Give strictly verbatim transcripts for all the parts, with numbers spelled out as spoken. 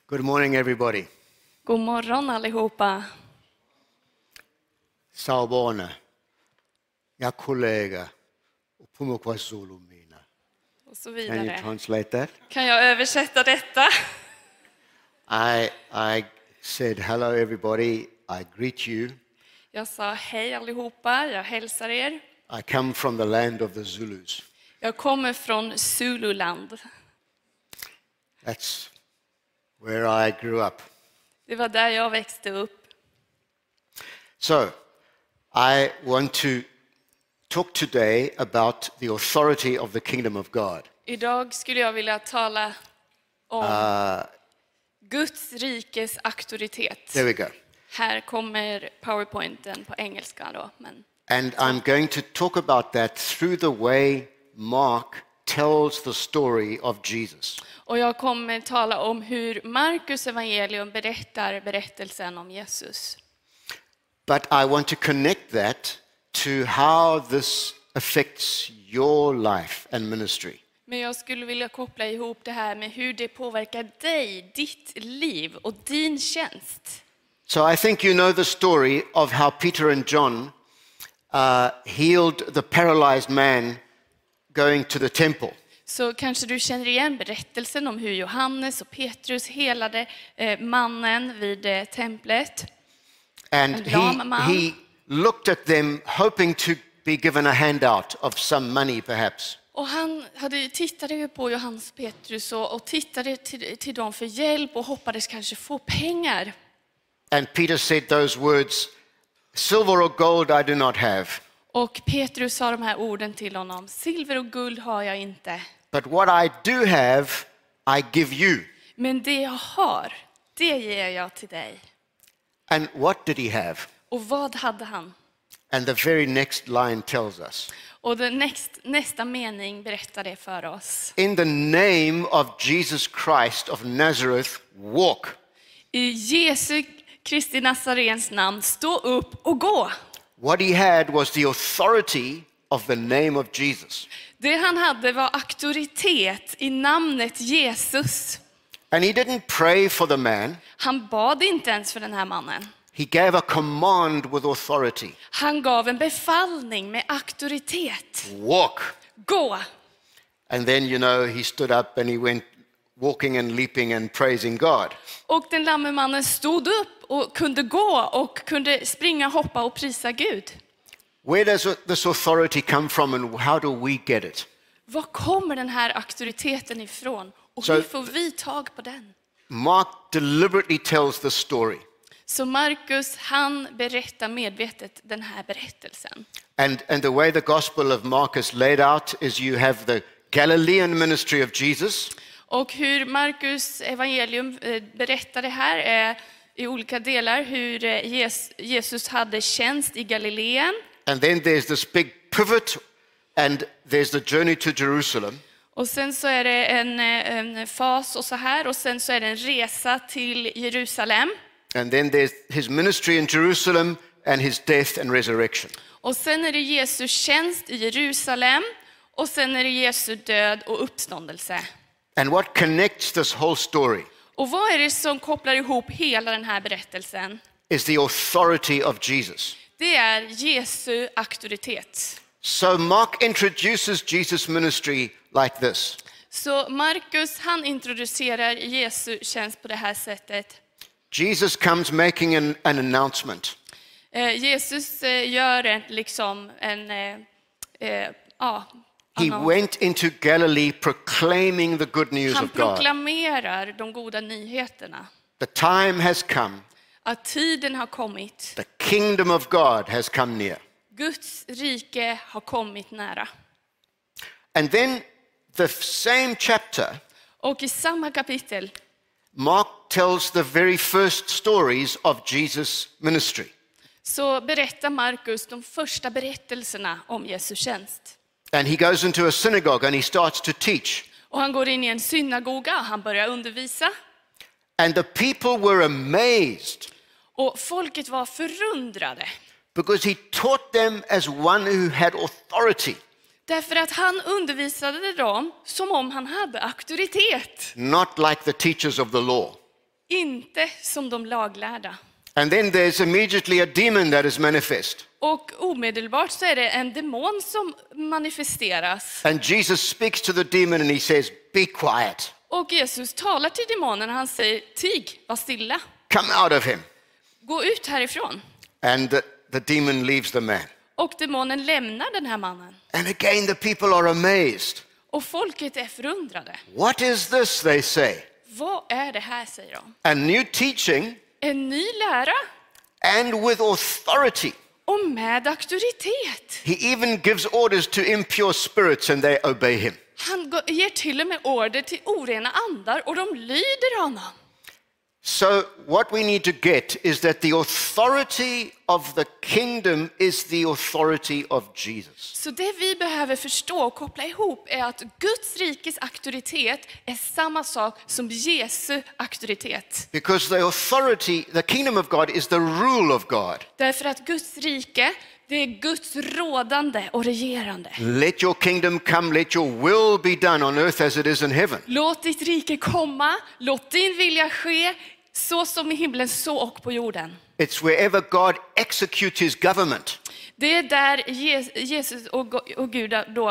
Good morning, everybody. God morgon allihopa. Sawubona, yakhuleka, uphuma kwaZulu mina. Och så Can you vidare. translate that? Kan jag översätta detta? I I said hello, everybody. I greet you. Jag sa hej allihopa, jag hälsar er. I come from the land of the Zulus. Jag kommer från Zululand. That's where I grew up. Det var där jag växte upp. So, I want to talk today about the authority of the kingdom of God. Idag skulle jag vilja tala om Uh, Guds rikes auktoritet. there we go. Här kommer PowerPointen på engelska då, men And I'm going to talk about that through the way Mark tells the story of Jesus. och jag kommer tala om hur Markus evangelium berättar berättelsen om Jesus. But I want to connect that to how this affects your life and ministry. Men jag skulle vilja koppla ihop det här med hur det påverkar dig, ditt liv och din tjänst. So I think you know the story of how Peter and John uh, healed the paralyzed man going to the temple. Så kanske du känner igen berättelsen om hur Johannes och Petrus helade eh, mannen vid eh, templet. And And he, lam man. he looked at them hoping to be given a handout of some money perhaps. Och han hade, tittade ju på Johannes och Petrus och, och tittade till, till dem för hjälp och hoppades kanske få pengar. And Peter said those words, "Silver or gold I do not have, Och Petrus sa de här orden till honom: silver och guld har jag inte. but what I do have I give you." Men det jag har, det ger jag till dig. And what did he have? Och vad hade han? And the very next line tells us. Och den näst, nästa mening berättar det för oss. In the name of Jesus Christ of Nazareth, walk. I Jesu Kristi Nazarens namn, stå upp och gå. What he had was the authority of the name of Jesus. Det han hade var auktoritet i namnet Jesus. And he didn't pray for the man. Han bad inte ens för den här mannen. He gave a command with authority. Han gav en befallning med auktoritet. Walk. Gå. And then, you know, he stood up and he went walking and leaping and praising God. Och den lamme mannen stod upp och kunde gå och kunde springa, hoppa och prisa Gud. Where does this authority come from and how do we get it? Var kommer den här auktoriteten ifrån? Och Så- hur får vi tag på den? Mark deliberately tells the story. Så Markus, han berättar medvetet den här berättelsen. And, and the way the Gospel of Mark is laid out is you have the Galilean ministry of Jesus. Och hur Markus evangelium eh, berättar det här är i olika delar hur eh, Jes- Jesus hade tjänst i Galileen. And then there's this big pivot and there's the journey to Jerusalem. Och sen så är det en, eh, en fas och så här. Och sen så är det en resa till Jerusalem. And then there's his ministry in Jerusalem and his death and resurrection. Och sen är det Jesu tjänst i Jerusalem. Och sen är det Jesu död och uppståndelse. And what connects this whole story Och vad är det som kopplar ihop hela den här berättelsen? is the authority of Jesus. Det är Jesu auktoritet. So Mark introduces Jesus' ministry like this. Så Markus, han introducerar Jesu tjänst på det här sättet. Jesus comes making an, an announcement. Eh, Jesus eh, gör en, liksom en, eh, eh, ja, He annons. went into Galilee proclaiming the good news Han of God. proklamerar de goda nyheterna. The time has come. Att tiden har kommit. The kingdom of God has come near. Guds rike har kommit nära. And then the same chapter, Och i samma kapitel Mark tells the very first stories of Jesus' ministry. så berättar Markus de första berättelserna om Jesu tjänst. And he goes into a synagogue and he starts to teach. Och han går in i en synagoga och han börjar undervisa. And the people were amazed Och folket var förundrade. because he taught them as one who had authority. Därför att han undervisade dem som om han hade auktoritet. Not like the teachers of the law. inte som de laglärda. And then there's immediately a demon that is manifest. Och omedelbart så är det en demon som manifesteras. And Jesus speaks to the demon and he says, be quiet. Och Jesus talar till demonen och han säger, tig, var stilla. Come out of him. Gå ut härifrån. And the, the demon leaves the man. Och demonen lämnar den här mannen. And again the people are amazed. Och folket är förundrade. What is this, they say? Vad är det här, säger de. A new teaching En ny lära and with authority. och med auktoritet. He even gives orders to impure spirits and they obey him. Han går- ger till och med order till orena andar och de lyder honom. So what we need to get is that the authority of the kingdom is the authority of Jesus. Så det vi behöver förstå och koppla ihop är att Guds rikes auktoritet är samma sak som Jesu auktoritet. Because the authority, the kingdom of God is the rule of God. Därför att Guds rike, det är Guds rådande och regerande. Let your kingdom come, let your will be done on earth as it is in heaven. Låt ditt rike komma, låt din vilja ske, så som i himlen, så och på jorden. It's wherever God executes his government. Det är där Je- Jesus och Go- och Gud då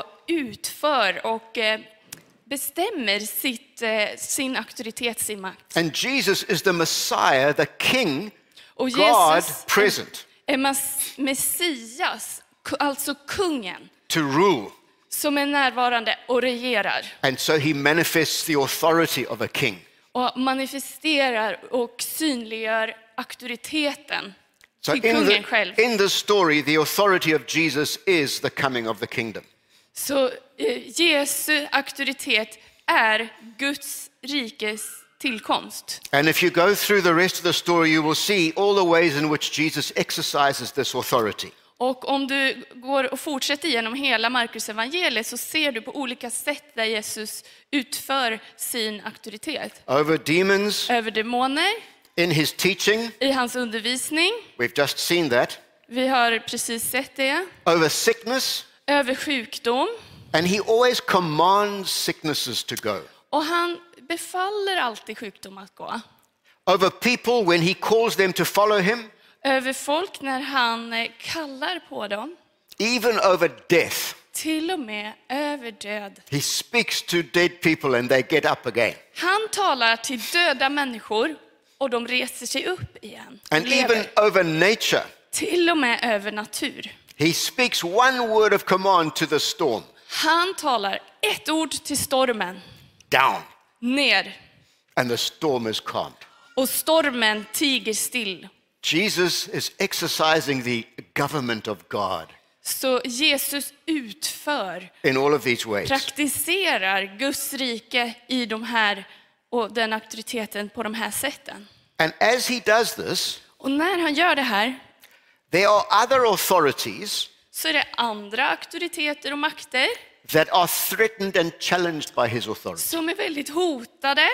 utför och eh, bestämmer sitt, eh, sin auktoritet, sin makt. And Jesus is the Messiah, the King, Och God Jesus present är mas- Messias, ku- alltså kungen, to rule. som är närvarande och regerar. And so he manifests the authority of a king. Och manifesterar och synliggör auktoriteten So till in kungen the, själv. in the story, the authority of Jesus is the coming of the kingdom. Så eh, Jesu auktoritet är Guds rikes tillkomst. And if you go through the rest of the story, you will see all the ways in which Jesus exercises this authority. Och om du går och fortsätter genom hela Markus evangeliet så ser du på olika sätt där Jesus utför sin auktoritet. Over demons, Över demoner, in his teaching, i hans undervisning, we've just seen that. vi har precis sett det, Over sickness, över sjukdom. and he always commands sicknesses to go. Och han befaller alltid sjukdom att gå. Over people when he calls them to follow him, Över folk när han eh, kallar på dem. even over death. Till och med över död. He speaks to dead people and they get up again. Han talar till döda människor och de reser sig upp igen. And Lever. even over nature. Till och med över natur. He speaks one word of command to the storm. Han talar ett ord till stormen. Down. Ner. And the storm is calmed. Och stormen tiger still. Jesus is exercising the government of God Så Jesus utför, in all of these ways. praktiserar Guds rike i de här och den auktoriteten på de här sätten. And as he does this, Och när han gör det här there are other authorities så är det andra auktoriteter och makter that are threatened and challenged by his authority. som är väldigt hotade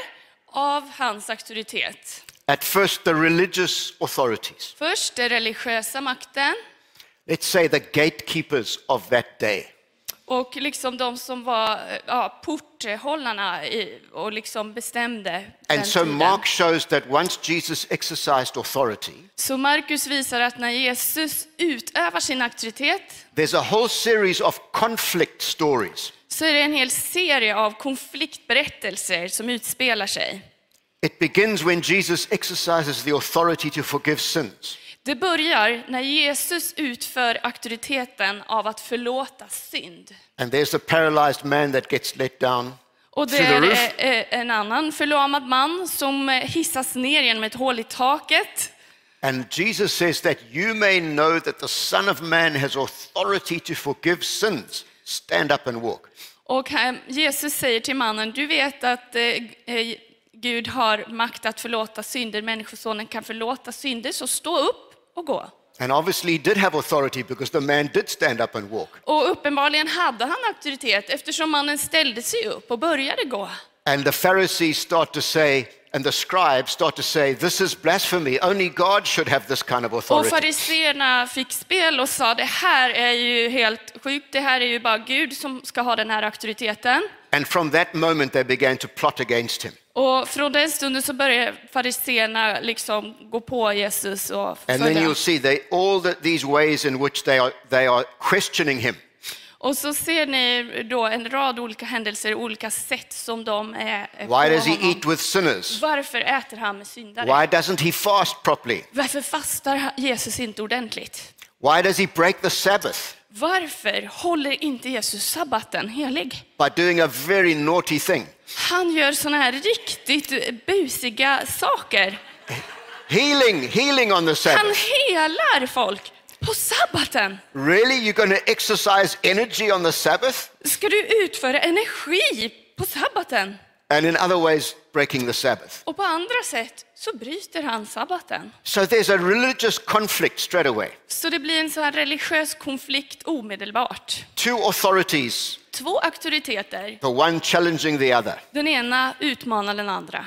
av hans auktoritet. At first, the religious authorities. Först den religiösa makten Let's say the gatekeepers of that day. och liksom de som var ja, porthållarna i, och liksom bestämde den And so tiden. Mark shows that once Jesus exercised authority, Så Markus visar att när Jesus utövar sin auktoritet there's a whole series of conflict stories. så är det en hel serie av konfliktberättelser som utspelar sig. It begins when Jesus exercises the authority to forgive sins. Det börjar när Jesus utför auktoriteten av att förlåta synd. And there's the paralyzed man that gets let down Och det through the är roof. eh, en annan förlamad man som hissas ner genom ett hål i taket. And Jesus says that you may know that the Son of Man has authority to forgive sins. Stand up and walk. Och eh, Jesus säger till mannen, du vet att eh, eh, Gud har makt att förlåta synder, människosonen kan förlåta synder, så stå upp och gå. And obviously he did have authority because the man did stand up and walk. Och uppenbarligen hade han auktoritet eftersom mannen ställde sig upp och började gå. And the Pharisees start to say, and the scribes start to say, this is blasphemy. Only God should have this kind of Och authority. fariséerna fick spel och sa, det här är ju helt sjukt, det här är ju bara Gud som ska ha den här auktoriteten. And from that moment, they began to plot against him. Och från den stunden så började fariséerna liksom gå på Jesus och And then förfölja. you'll see they, all the, these ways in which they are, they are questioning him. Och så ser ni då en rad olika händelser, olika sätt som de är är på Why does he honom. eat with sinners? Varför äter han med syndare? Why doesn't he fast properly? Varför fastar Jesus inte ordentligt? Why does he break the Sabbath? Varför håller inte Jesus sabbaten helig? By doing a very naughty thing. Han gör såna här riktigt busiga saker. Healing, healing on the Han Sabbath. helar folk på sabbaten. Really? You're going to exercise energy on the Sabbath? Ska du utföra energi på sabbaten? And in other ways, breaking the Sabbath. Och på andra sätt så bryter han sabbaten. So there's a religious conflict straight away. Så det blir en så här religiös konflikt omedelbart. Two authorities, Två auktoriteter. the one challenging the other. Den ena utmanar den andra.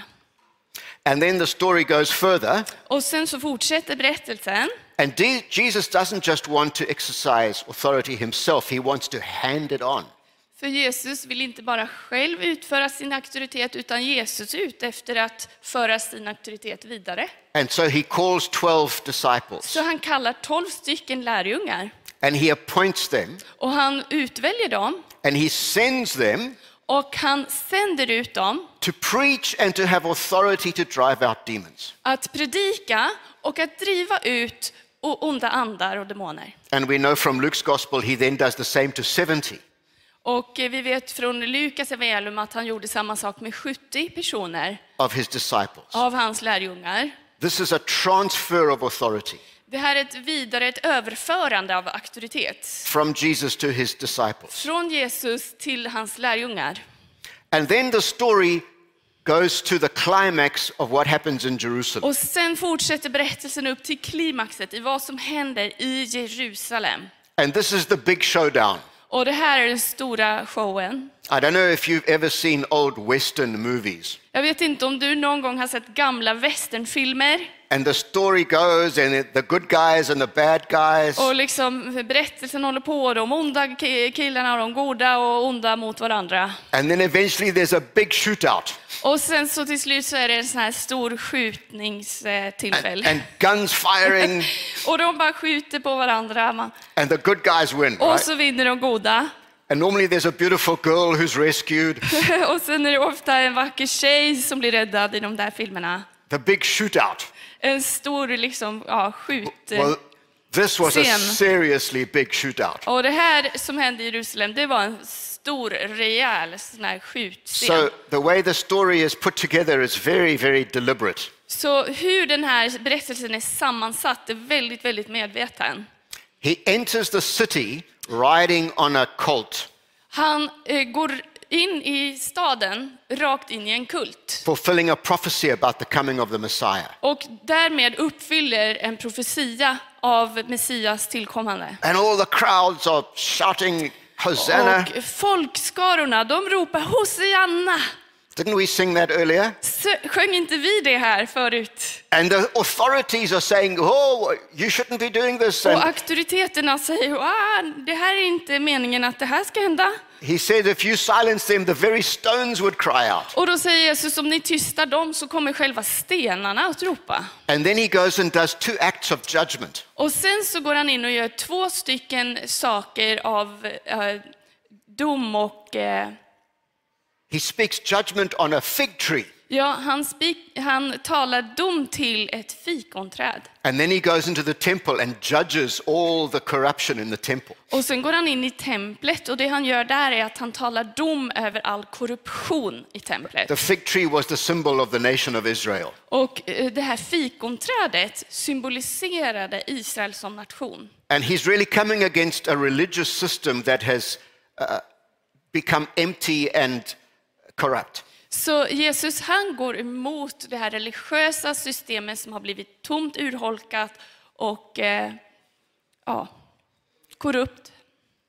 And then the story goes further. Och sen så fortsätter berättelsen. And De- Jesus doesn't just want to exercise authority himself, he wants to hand it on. För Jesus vill inte bara själv utföra sin auktoritet, utan Jesus är ute efter att föra sin auktoritet vidare. And so he calls twelve disciples Så han kallar tolv stycken lärjungar. and he appoints them Och han utväljer dem. and he sends them Och han sänder ut dem to preach and to have authority to drive out demons. att predika och att driva ut onda andar och demoner. And we know from Luke's gospel he then does the same to seventy. Och vi vet från Lukas evangelium att han gjorde samma sak med sjuttio personer Of his disciples. av hans lärjungar. This is a transfer of authority Det här är ett vidare, ett överförande av auktoritet. from Jesus to his disciples. Från Jesus till hans lärjungar. And then the story goes to the climax of what happens in Jerusalem. Och sen fortsätter berättelsen upp till klimaxet i vad som händer i Jerusalem. And this is the big showdown. Och det här är den stora showen. I don't know if you've ever seen old Western movies. Jag vet inte om du någon gång har sett gamla westernfilmer. And the story goes and it, the good guys and the bad guys. Och liksom berättelsen håller på, de onda ki- killarna och de goda och onda mot varandra. And then eventually there's a big shootout. Och sen så till slut så är det en sån här stor skjutningstillfälle. And guns firing Och de bara skjuter på varandra. man- and the good guys win, Och right? så vinner de goda. And normally there's a beautiful girl who's rescued. Och sen är det ofta en vacker tjej som blir räddad i de där filmerna. The big shootout. En stor liksom, ja, skjut. Well, this was a Scen. seriously big shootout. Och det här som hände i Jerusalem, det var en stor, rejäl sån här skjutscen. So the way the story is put together is very, very deliberate. Så hur den här berättelsen är sammansatt är väldigt, väldigt medveten. He enters the city riding on a colt, Han eh, går in i staden, rakt in i en kult. fulfilling a prophecy about the coming of the Messiah. Och därmed uppfyller en profetia av Messias tillkommande. And all the crowds are shouting, Hosanna. Och folkskarorna, de ropar Hosianna. Didn't we sing that earlier? Så sjöng inte vi det här förut? And the authorities are saying, oh, you shouldn't be doing this. Och And auktoriteterna säger, ah, det här är inte meningen att det här ska hända. he said, if you silence them, the very stones would cry out. Och då säger Jesus, om ni tystar dem så kommer själva stenarna att ropa. And then he goes and does two acts of judgment. Och sen så går han in och gör två stycken saker av eh, dom och... Eh, He speaks judgment on a fig tree. ja, han, spik, han talar dom till ett fikonträd. And then he goes into the temple and judges all the corruption in the temple. Och sen går han in i templet och det han gör där är att han talar dom över all korruption i templet. The fig tree was the symbol of the nation of Israel. Och eh, det här fikonträdet symboliserade Israel som nation. And he's really coming against a religious system that has uh, become empty and corrupt. Så Jesus han går emot det här religiösa systemet som har blivit tomt, urholkat och eh, ja, korrupt.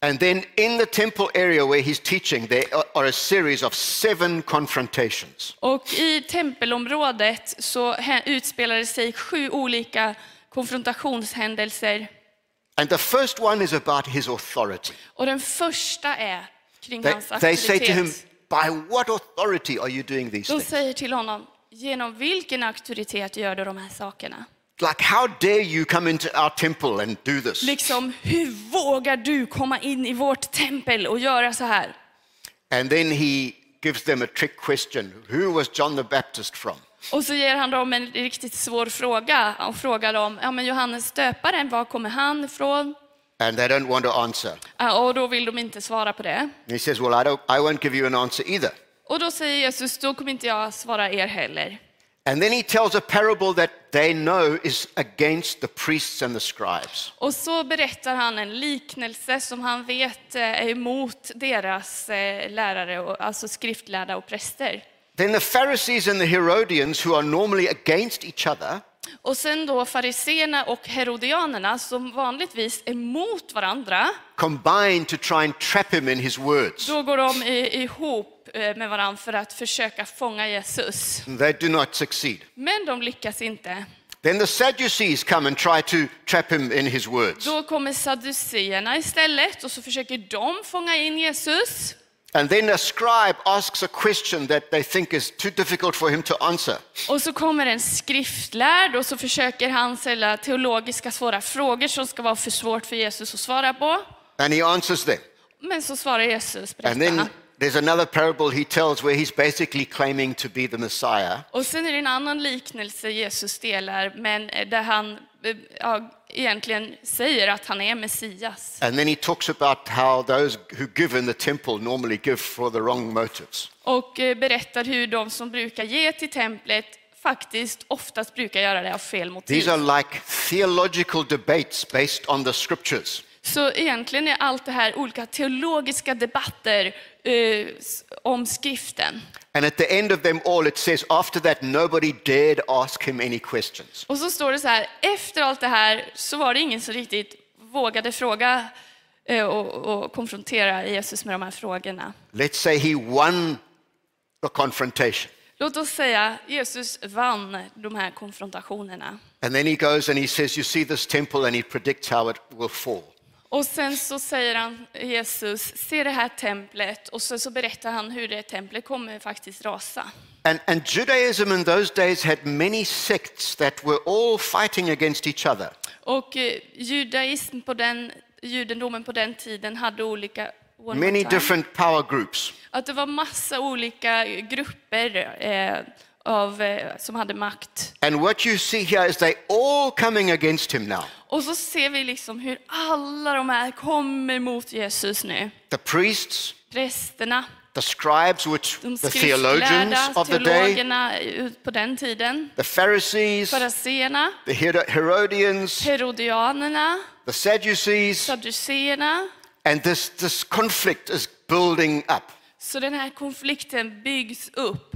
And then in the temple area where he's teaching, there are a series of seven confrontations. Och i tempelområdet så hä- utspelar det sig sju olika konfrontationshändelser. And the first one is about his authority. Och den första är kring They, hans they say to him, auktoritet. by what authority are you doing these De things? säger till honom, genom vilken auktoritet gör du de här sakerna? Like, how dare you come into our temple and do this? Liksom, hur vågar du komma in i vårt tempel och göra så här? And then he gives them a trick question. Who was John the Baptist from? Och så ger han dem en riktigt svår fråga och frågar dem, ja men Johannes döparen, var kommer han ifrån? And they don't want to answer. Ja, och då vill de inte svara på det. And he says, well, I, don't, I won't give you an answer either. Och då säger Jesus, då kommer inte jag svara er heller. And then he tells a parable that they know is against the priests and the scribes. Och så berättar han en liknelse som han vet är emot deras eh, lärare, och, alltså skriftlärda och präster. Then the Pharisees and the Herodians, who are normally against each other, Och sen då fariseerna och herodianerna som vanligtvis är emot varandra, combine to try and trap him in his words. då går de i, ihop eh, med varandra för att försöka fånga Jesus. They do not succeed. Men de lyckas inte. Then the Sadducees come and try to trap him in his words. Då kommer sadduceerna istället och så försöker de fånga in Jesus. And then a scribe asks a question that they think is too difficult for him to answer. Och så kommer en skriftlärd och så försöker han ställa teologiska svåra frågor som ska vara för svårt för Jesus att svara på. And he answers them. Men så svarar Jesus, And then berättarna. there's another parable he tells where he's basically claiming to be the Messiah. Och sen är det en annan liknelse Jesus delar, men där han eh, ja, egentligen säger att han är Messias. And then he talks about how those who give in the temple normally give for the wrong motives. Och eh, berättar hur de som brukar ge till templet faktiskt oftast brukar göra det av fel motiv. These are like theological debates based on the scriptures. Så egentligen är allt det här olika teologiska debatter eh, s- om skriften. And at the end of them all, it says, after that, nobody dared ask him any questions. Och så står det så här, efter allt det här så var det ingen som riktigt vågade fråga eh, och, och konfrontera Jesus med de här frågorna. Let's say he won the confrontation. Låt oss säga Jesus vann de här konfrontationerna. And then he goes and he says, you see this temple, and he predicts how it will fall. Och sen så säger han, Jesus, se det här templet, och så, så berättar han hur det templet kommer faktiskt rasa. And, and Judaism in those days had many sects that were all fighting against each other. Och eh, judaism på den, judendomen på den tiden hade olika one more Many time. different power groups. Att det var massa olika grupper eh, av, eh, som hade makt. And what you see here is they all coming against him now. Och så ser vi liksom hur alla de här kommer mot Jesus nu. The priests, Prästerna, the scribes, which de the theologians skriftlärda, of the day, teologerna på den tiden. the Pharisees, Fariseerna, the Her- Herodians, herodianerna, the Sadducees, sadduceerna. and this, this conflict is building up. Så den här konflikten byggs upp.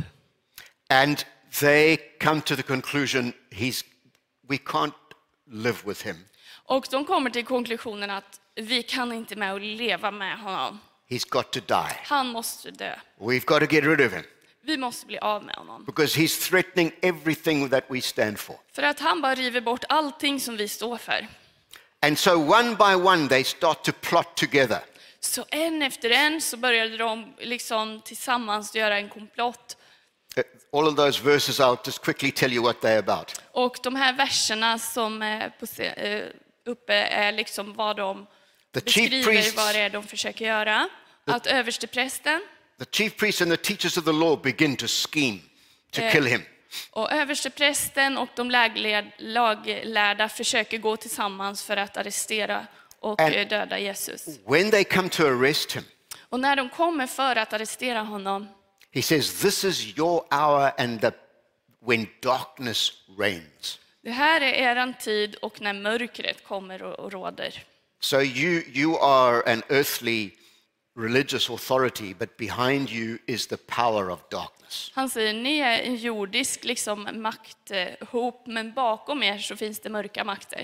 And they come to the conclusion, he's, we can't live with him. Och de kommer till konklusionen att vi kan inte med att leva med honom. He's got to die. Han måste dö. We've got to get rid of him Vi måste bli av med honom. because he's threatening everything that we stand for. För att han bara river bort allting som vi står för. And so one by one, they start to plot together. Så en efter en så började de liksom tillsammans göra en komplott. Uh, All of those verses, I'll just quickly tell you what they're about. Och de här verserna som är på se- eh, uppe är liksom vad de The chief beskriver priests, vad det är de försöker göra. Att översteprästen the chief priests and the teachers of the law begin to scheme to Eh. kill him. och översteprästen och de lagled- laglärda försöker gå tillsammans för att arrestera och And- eh, döda Jesus. When they come to arrest him, Och när de kommer för att arrestera honom he says, this is your hour and the, when darkness reigns. det här är eran tid och när mörkret kommer och, och råder. So you, you are an earthly religious authority, but behind you is the power of darkness. Han säger, ni är en jordisk liksom, makthop, men bakom er så finns det mörka makter.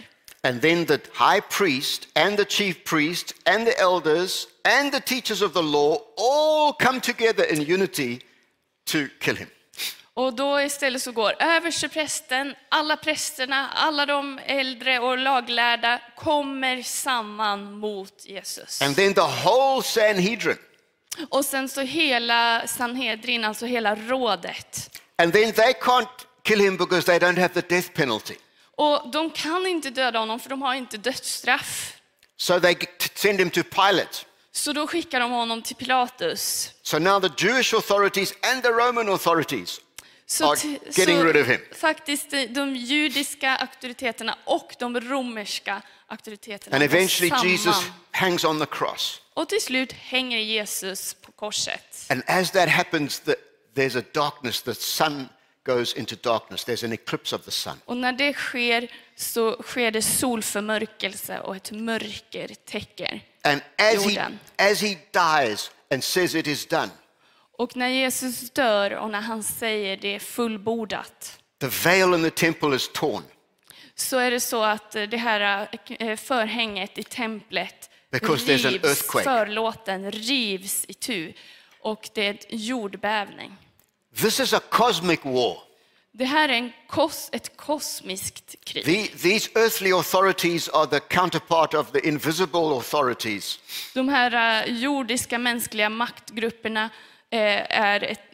And then the high priest and the chief priest and the elders and the teachers of the law all come together in unity to kill him. Och då istället så går översteprästen, alla prästerna, alla de äldre och laglärda kommer samman mot Jesus. And then the whole Sanhedrin. Och sen så hela Sanhedrin, alltså hela rådet. And then they can't kill him because they don't have the death penalty. Och de kan inte döda honom för de har inte dödsstraff. So they send him to Pilate. Så då skickar de honom till Pilatus. So now the Jewish authorities and the Roman authorities Så, are t- getting så rid of him. faktiskt de judiska auktoriteterna och de romerska auktoriteterna And går eventually samman. Jesus hangs on the cross. Och till slut hänger Jesus på korset. And as that happens, the, there's a darkness. The sun goes into darkness. There's an eclipse of the sun. Och när det sker så sker det solförmörkelse och ett mörker täcker And as he, jorden. as he dies and says it is done, Och när Jesus dör och när han säger det är fullbordat, the veil in the temple is torn så är det så att det här eh, förhänget i templet Because there's an rivs, earthquake. förlåten rivs i tu och det är ett jordbävning. This is a cosmic war. Det här är en kos, ett kosmiskt krig. The, these earthly authorities are the counterpart of the invisible authorities. De här uh, jordiska mänskliga maktgrupperna eh, är ett,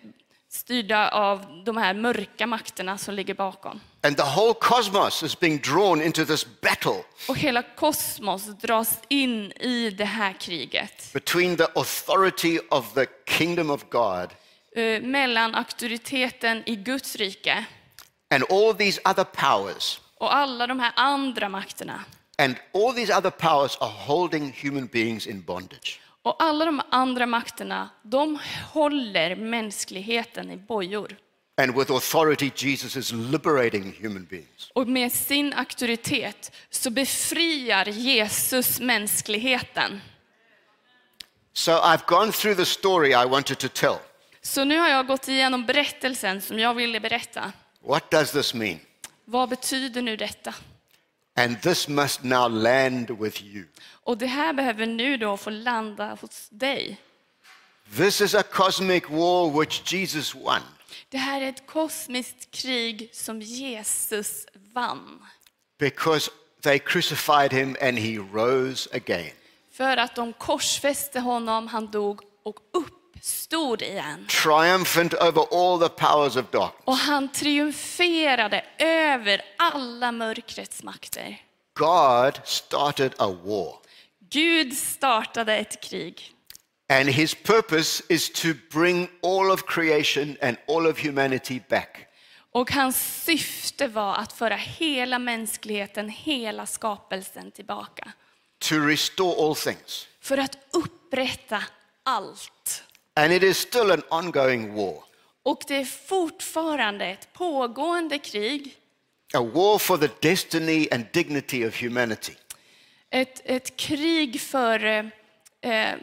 styrda av de här mörka makterna som ligger bakom. And the whole cosmos is being drawn into this battle Och hela kosmos dras in i det här kriget. between the authority of the kingdom of God Eh, mellan auktoriteten i Guds rike and all these other powers. och alla de här andra makterna. And all these other powers are holding human beings in bondage. Och alla de andra makterna, de håller mänskligheten i bojor. And with authority, Jesus is liberating human beings. Och med sin auktoritet så befriar Jesus mänskligheten. So I've gone through the story I wanted to tell. Så nu har jag gått igenom berättelsen som jag ville berätta. What does this mean? Vad betyder nu detta? And this must now land with you. Och det här behöver nu då få landa hos dig. This is a cosmic war which Jesus won. Det här är ett kosmiskt krig som Jesus vann. Because they crucified him and he rose again. För att de korsfäste honom, han dog och uppstod igen. Triumphant over all the powers of darkness. Och han triumferade över alla mörkrets makter. God started a war. Gud startade ett krig. And his purpose is to bring all of creation and all of humanity back. Och hans syfte var att föra hela mänskligheten, hela skapelsen tillbaka. To restore all things. För att upprätta allt. And it is still an ongoing war. Och det är fortfarande ett pågående krig. A war for the destiny and dignity of humanity. Ett, ett krig för eh,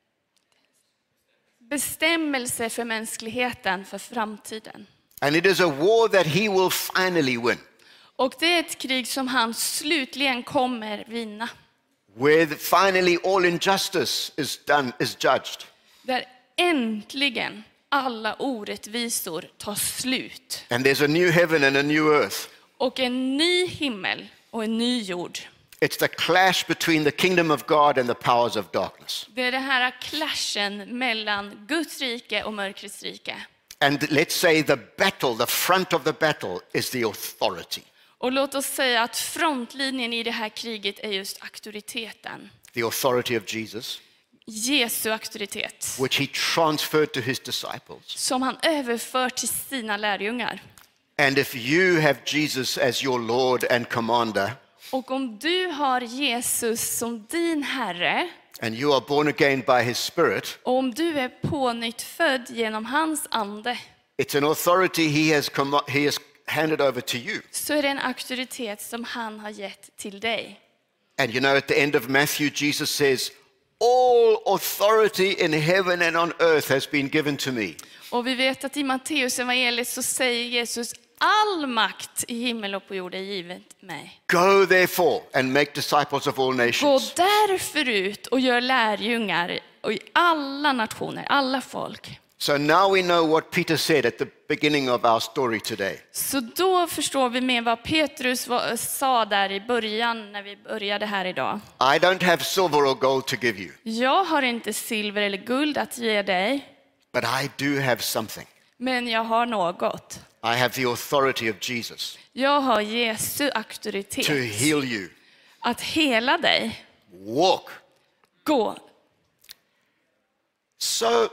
bestämmelse för mänskligheten, för framtiden. And it is a war that he will finally win. Och det är ett krig som han slutligen kommer vinna. Where the- finally all injustice is done, is judged. Där äntligen alla orättvisor tar slut. And there's a new heaven and a new earth. Och en ny himmel och en ny jord. It's the clash between the kingdom of God and the powers of darkness. Det är den här clashen mellan Guds rike och mörkrets rike. And let's say the battle, the front of the battle is the authority. Och låt oss säga att frontlinjen i det här kriget är just auktoriteten. The authority of Jesus, Jesu auktoritet. which he transferred to his disciples. Som han överför till sina lärjungar. And if you have Jesus as your Lord and commander, Och om du har Jesus som din Herre, and you are born again by his Spirit, och om du är pånyttfödd genom hans ande, it's an authority he has, com- he has handed over to you. så är det en auktoritet som han har gett till dig. And you know, at the end of Matthew, Jesus says, all authority in heaven and on earth has been given to me. Och vi vet att i Matteus evangeliet så säger Jesus, All makt i himmel och på jord är givet mig. Go therefore and make disciples of all Gå nations. därför ut och gör lärjungar och i alla nationer, alla folk. So now we know what Peter said at the beginning of our story today. Så då förstår vi mer vad Petrus var, sa där i början när vi började här idag. I don't have silver or gold to give you, Jag har inte silver eller guld att ge dig, but I do have something. men jag har något. I have the authority of Jesus Jag har Jesu to auktoritet heal you. att hela dig. Walk. Gå. So,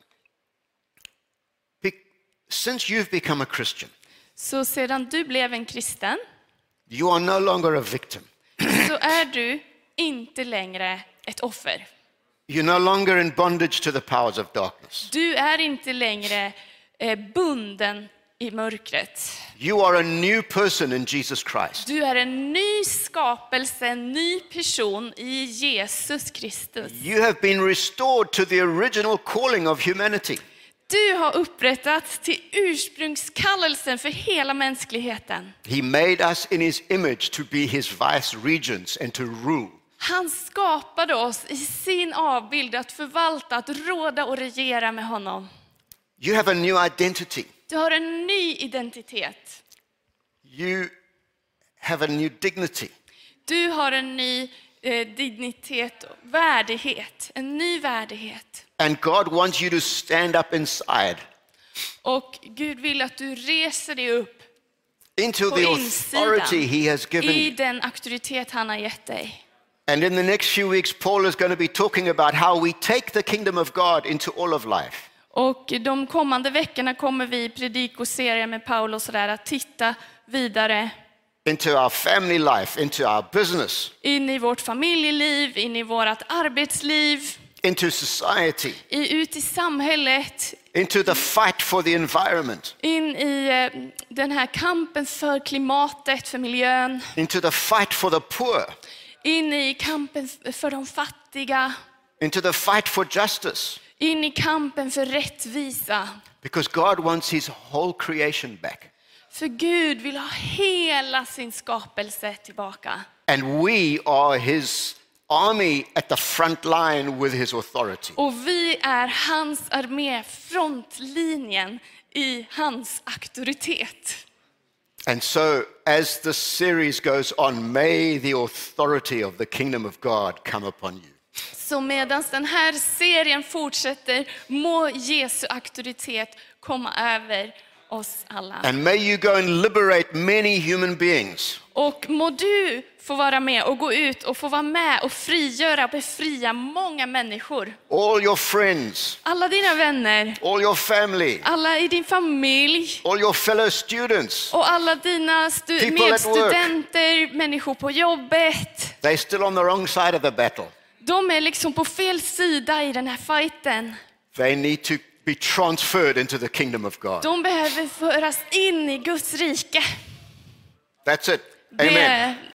be- since you've become a Christian, Så sedan du blev en kristen you are no longer a victim. så är du inte längre ett offer. You're no longer in bondage to the powers of darkness. Du är inte längre eh, bunden i mörkret. You are a new person in Jesus Christ. Du är en ny skapelse, en ny person i Jesus Kristus. You have been restored to the original calling of humanity. Du har upprättats till ursprungskallelsen för hela mänskligheten. He made us in his image to be his vice regents and to rule. Han skapade oss i sin avbild att förvalta, att råda och regera med honom. You have a new identity. Du har en ny identitet. You have a new dignity. Du har en ny eh, dignitet och värdighet. En ny värdighet. And God wants you to stand up inside Och Gud vill att du reser dig upp into på the insidan authority he has given i you. den auktoritet han har gett dig. And in the next few weeks, Paul is going to be talking about how we take the kingdom of God into all of life. Och de kommande veckorna kommer vi i predikoserien med Paulus och där att titta vidare Into our family life, into our business, in i vårt familjeliv, in i vårt arbetsliv, into society, i, ut i samhället, into the fight for the environment, in i eh, den här kampen för klimatet, för miljön, into the fight for the poor, in i kampen för de fattiga, into the fight for justice. in i kampen för rättvisa. Because God wants his whole creation back. För Gud vill ha hela sin skapelse tillbaka. And we are his army at the front line with his authority. Och vi är hans armé, frontlinjen i hans auktoritet. And so as the series goes on, may the authority of the kingdom of God come upon you. Så medan den här serien fortsätter må Jesu auktoritet komma över oss alla. And may you go and liberate many human beings. Och må du få vara med och gå ut och få vara med och frigöra och befria många människor. All your friends, Alla dina vänner, all your family, alla i din familj all your fellow students. och alla dina stu- People at work. medstudenter, människor på jobbet. They're still on the wrong side of the battle. De är liksom på fel sida i den här fighten. They need to be transferred into the kingdom of God. De behöver föras in i Guds rike. That's it. Det Amen. är